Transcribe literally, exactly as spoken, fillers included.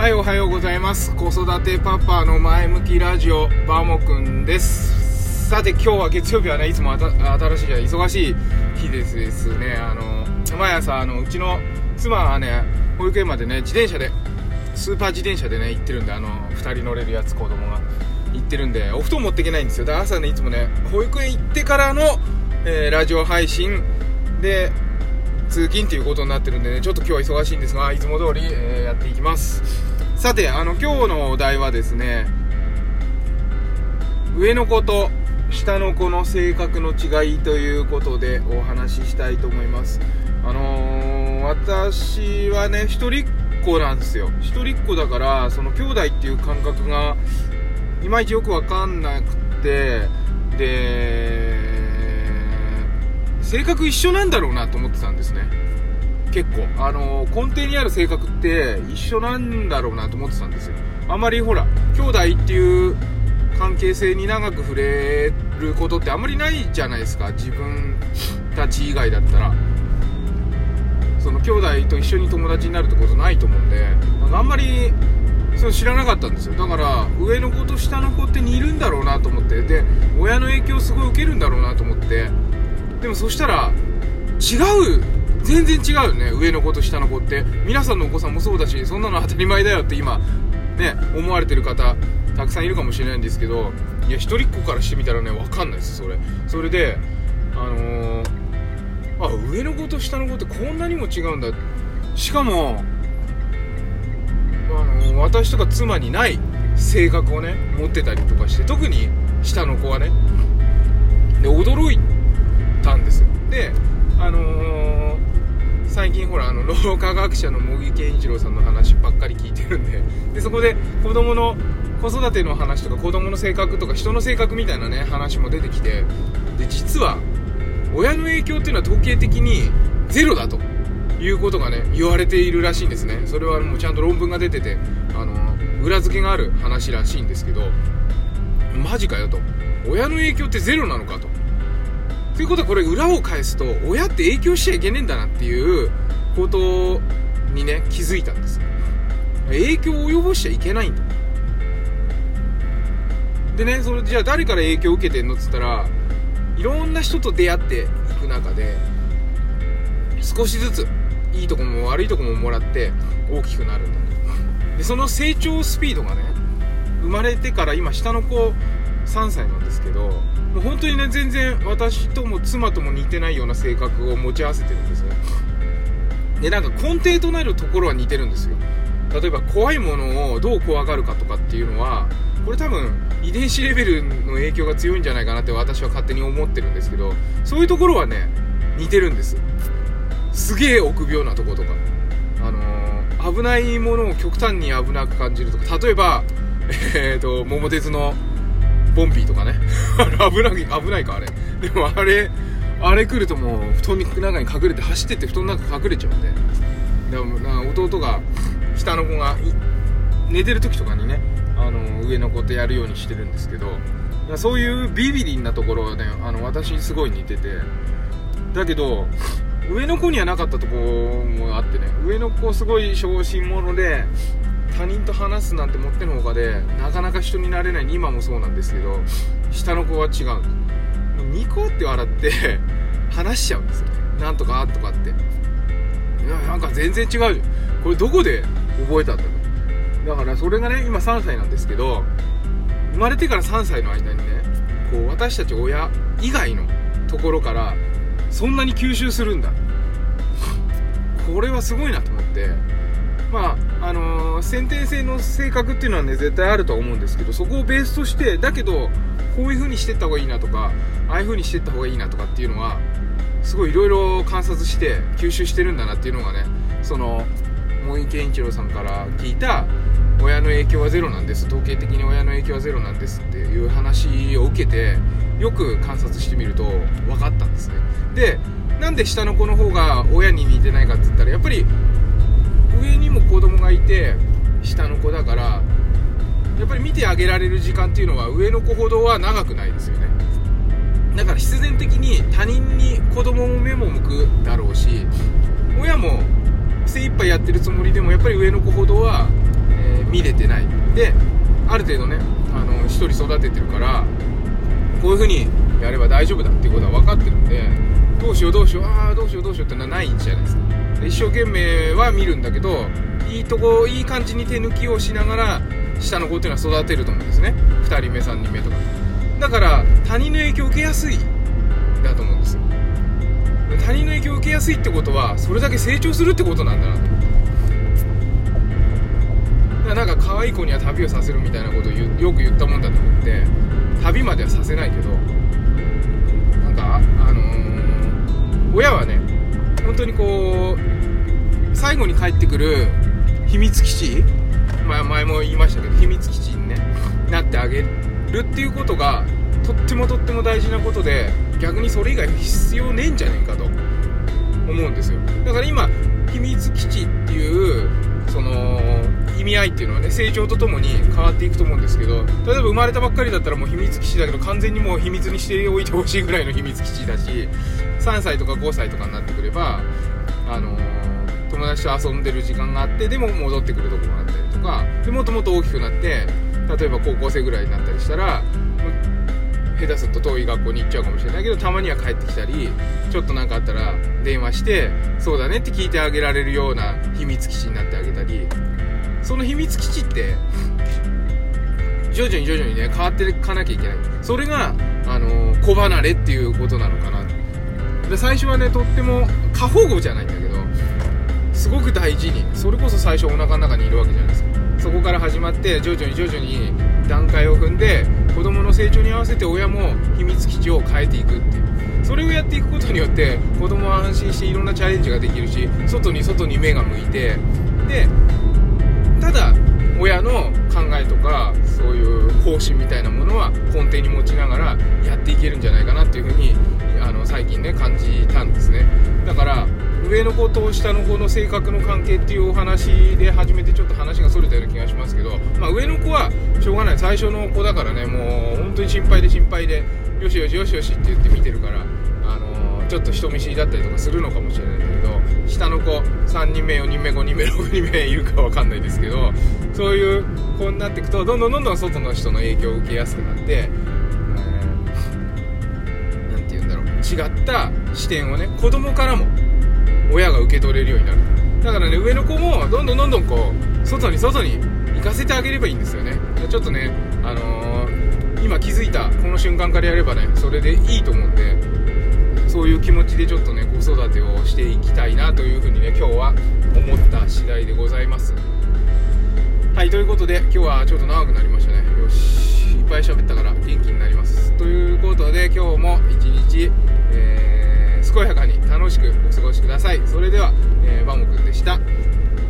はい、おはようございます。子育てパパの前向きラジオバモくんです。さて今日は月曜日はね、いつもあた新しい忙しい日ですですね。あの毎朝あのうちの妻はね、保育園までね、自転車でスーパー自転車でね行ってるんで、あのふたり乗れるやつ、子供が行ってるんでお布団持っていけないんですよ。だから朝ね、いつもね保育園行ってからの、えー、ラジオ配信で通勤ということになってるんでね、ちょっと今日は忙しいんですが、いつも通り、えー、やっていきます。さて、あの今日のお題はですね、上の子と下の子の性格の違いということでお話ししたいと思います。あのー、私はね一人っ子なんですよ。一人っ子だから、その兄弟っていう感覚がいまいちよく分かんなくて、で性格一緒なんだろうなと思ってたんですね。結構あの根底にある性格って一緒なんだろうなと思ってたんですよ。あまりほら兄弟っていう関係性に長く触れることってあまりないじゃないですか。自分たち以外だったらその兄弟と一緒に友達になるってことないと思うんで、なんかあんまりそう知らなかったんですよ。だから上の子と下の子って似るんだろうなと思って、で親の影響をすごい受けるんだろうなと思って、でもそしたら違う、全然違うよね、上の子と下の子って。皆さんのお子さんもそうだし、そんなの当たり前だよって今ね思われてる方たくさんいるかもしれないんですけど、いや一人っ子からしてみたらね分かんないです。それそれであのー、あ上の子と下の子ってこんなにも違うんだ。しかもあのー、私とか妻にない性格をね持ってたりとかして、特に下の子はね、で驚いたんですよ。であのー、最近ほらあの脳科学者の茂木健一郎さんの話ばっかり聞いてるんで、でそこで子供の子育ての話とか子供の性格とか人の性格みたいなね話も出てきて、で実は親の影響っていうのは統計的にゼロだということがね言われているらしいんですね。それはもうちゃんと論文が出てて、あのー、裏付けがある話らしいんですけど、マジかよと、親の影響ってゼロなのかと。ということはこれ裏を返すと、親って影響しちゃいけねえんだなっていうことにね気づいたんです。影響を及ぼしちゃいけないんだ。でね、それじゃあ誰から影響を受けてんのっつったら、いろんな人と出会っていく中で少しずついいとこも悪いとこももらって大きくなるんだ。でその成長スピードがね、生まれてから今下の子さんさいなんですけど、もう本当にね全然私とも妻とも似てないような性格を持ち合わせてるんですよ。でなんか根底となるところは似てるんですよ。例えば怖いものをどう怖がるかとかっていうのは、これ多分遺伝子レベルの影響が強いんじゃないかなって私は勝手に思ってるんですけど、そういうところはね似てるんです。すげえ臆病なとことか、あのー、危ないものを極端に危なく感じるとか、例えばえーと桃鉄のボンビーとかね危ない危ないかあれ。でもあれあれ来るともう布団の中に隠れて走ってって布団の中隠れちゃうんで、でも弟が下の子が寝てる時とかにね、あの上の子とやるようにしてるんですけど、そういうビビリなところはね、あの私にすごい似てて、だけど上の子にはなかったところもあってね、上の子すごい小心者で他人と話すなんてもってのほかでなかなか人になれない。今もそうなんですけど、下の子は違う。ニコって笑って話しちゃうんですよね。なんとかとかって、いやなんか全然違うじゃん、これどこで覚えたんだろう。だからそれがね今さんさいなんですけど、生まれてからさんさいの間にね、こう私たち親以外のところからそんなに吸収するんだ。これはすごいなと思って、まああのー、先天性の性格っていうのはね絶対あるとは思うんですけど、そこをベースとして、だけどこういう風にしていった方がいいなとか、ああいう風にしていった方がいいなとかっていうのはすごいいろいろ観察して吸収してるんだなっていうのがね、その茂木健一郎さんから聞いた親の影響はゼロなんです、統計的に親の影響はゼロなんですっていう話を受けて、よく観察してみると分かったんですね。でなんで下の子の方が親に似てないかって言ったら、やっぱり上にも子供がいて下の子だから、やっぱり見てあげられる時間っていうのは上の子ほどは長くないですよね。だから必然的に他人に子供も目も向くだろうし、親も精一杯やってるつもりでもやっぱり上の子ほどは、えー、 見れてない。である程度ねあの一人育ててるからこういう風にやれば大丈夫だっていうことは分かってるんで、どうしようどうしようああどうしようどうしようってのはないじゃないですか。で一生懸命は見るんだけど、いいとこいい感じに手抜きをしながら下の子っていうのは育てると思うんですね。ふたりめさんにんめとかだから他人の影響を受けやすいだと思うんですよ。他人の影響を受けやすいってことはそれだけ成長するってことなんだなと。だからなんか可愛い子には旅をさせるみたいなことをよく言ったもんだと思って、旅まではさせないけど、なんかあのー、親はね本当にこう最後に帰ってくる秘密基地、まあ、前も言いましたけど秘密基地に、ね、なってあげるっていうことがとってもとっても大事なことで、逆にそれ以外必要ねえんじゃねえかと思うんですよ。だから今秘密基地っていうその意味合いっていうのはね成長とともに変わっていくと思うんですけど、例えば生まれたばっかりだったらもう秘密基地だけど完全にもう秘密にしておいてほしいぐらいの秘密基地だし、さんさいとかごさいとかになってくればあのー、友達と遊んでる時間があってでも戻ってくるところがあったりとかで、もっともっと大きくなって例えば高校生ぐらいになったりしたら下手すると遠い学校に行っちゃうかもしれないけど、たまには帰ってきたりちょっとなんかあったら電話してそうだねって聞いてあげられるような秘密基地になってあげたり、その秘密基地って徐々に徐々にね変わっていかなきゃいけない。それがあのー、子離れっていうことなのかな。で最初はねとっても過保護じゃないんだけどすごく大事に、それこそ最初お腹の中にいるわけじゃないですか。そこから始まって徐々に徐々に段階を踏んで子供の成長に合わせて親も秘密基地を変えていくっていう、それをやっていくことによって子供は安心していろんなチャレンジができるし、外に外に目が向いて、でただ親の考えとかそういう方針みたいなものは根底に持ちながらやっていけるんじゃないかなっていうふうにあの最近ね感じたんですね。だから上の子と下の子の性格の関係っていうお話で始めてちょっと話がそれたような気がしますけど、まあ、上の子はしょうがない、最初の子だからねもう本当に心配で心配でよしよしよしよしって言って見てるから、あのー、ちょっと人見知りだったりとかするのかもしれないんだけど、下の子さんにんめよにんめごにんめろくにんめいるかわかんないですけど、そういう子になっていくとどんどんどんどん外の人の影響を受けやすくなって、えー、なんて言うんだろう、違った視点をね子供からも親が受け取れるようになる。だからね上の子もどんどんどんどんこう外に外に行かせてあげればいいんですよね。ちょっとねあのー、今気づいたこの瞬間からやればねそれでいいと思うんで、そういう気持ちでちょっとね子育てをしていきたいなというふうにね今日は思った次第でございます。はい、ということで今日はちょっと長くなりましたね。よし、いっぱい喋ったから元気になりますということで今日も一日、えー、健やかに楽しくお過ごしください。それでは、えー、バモくんでした。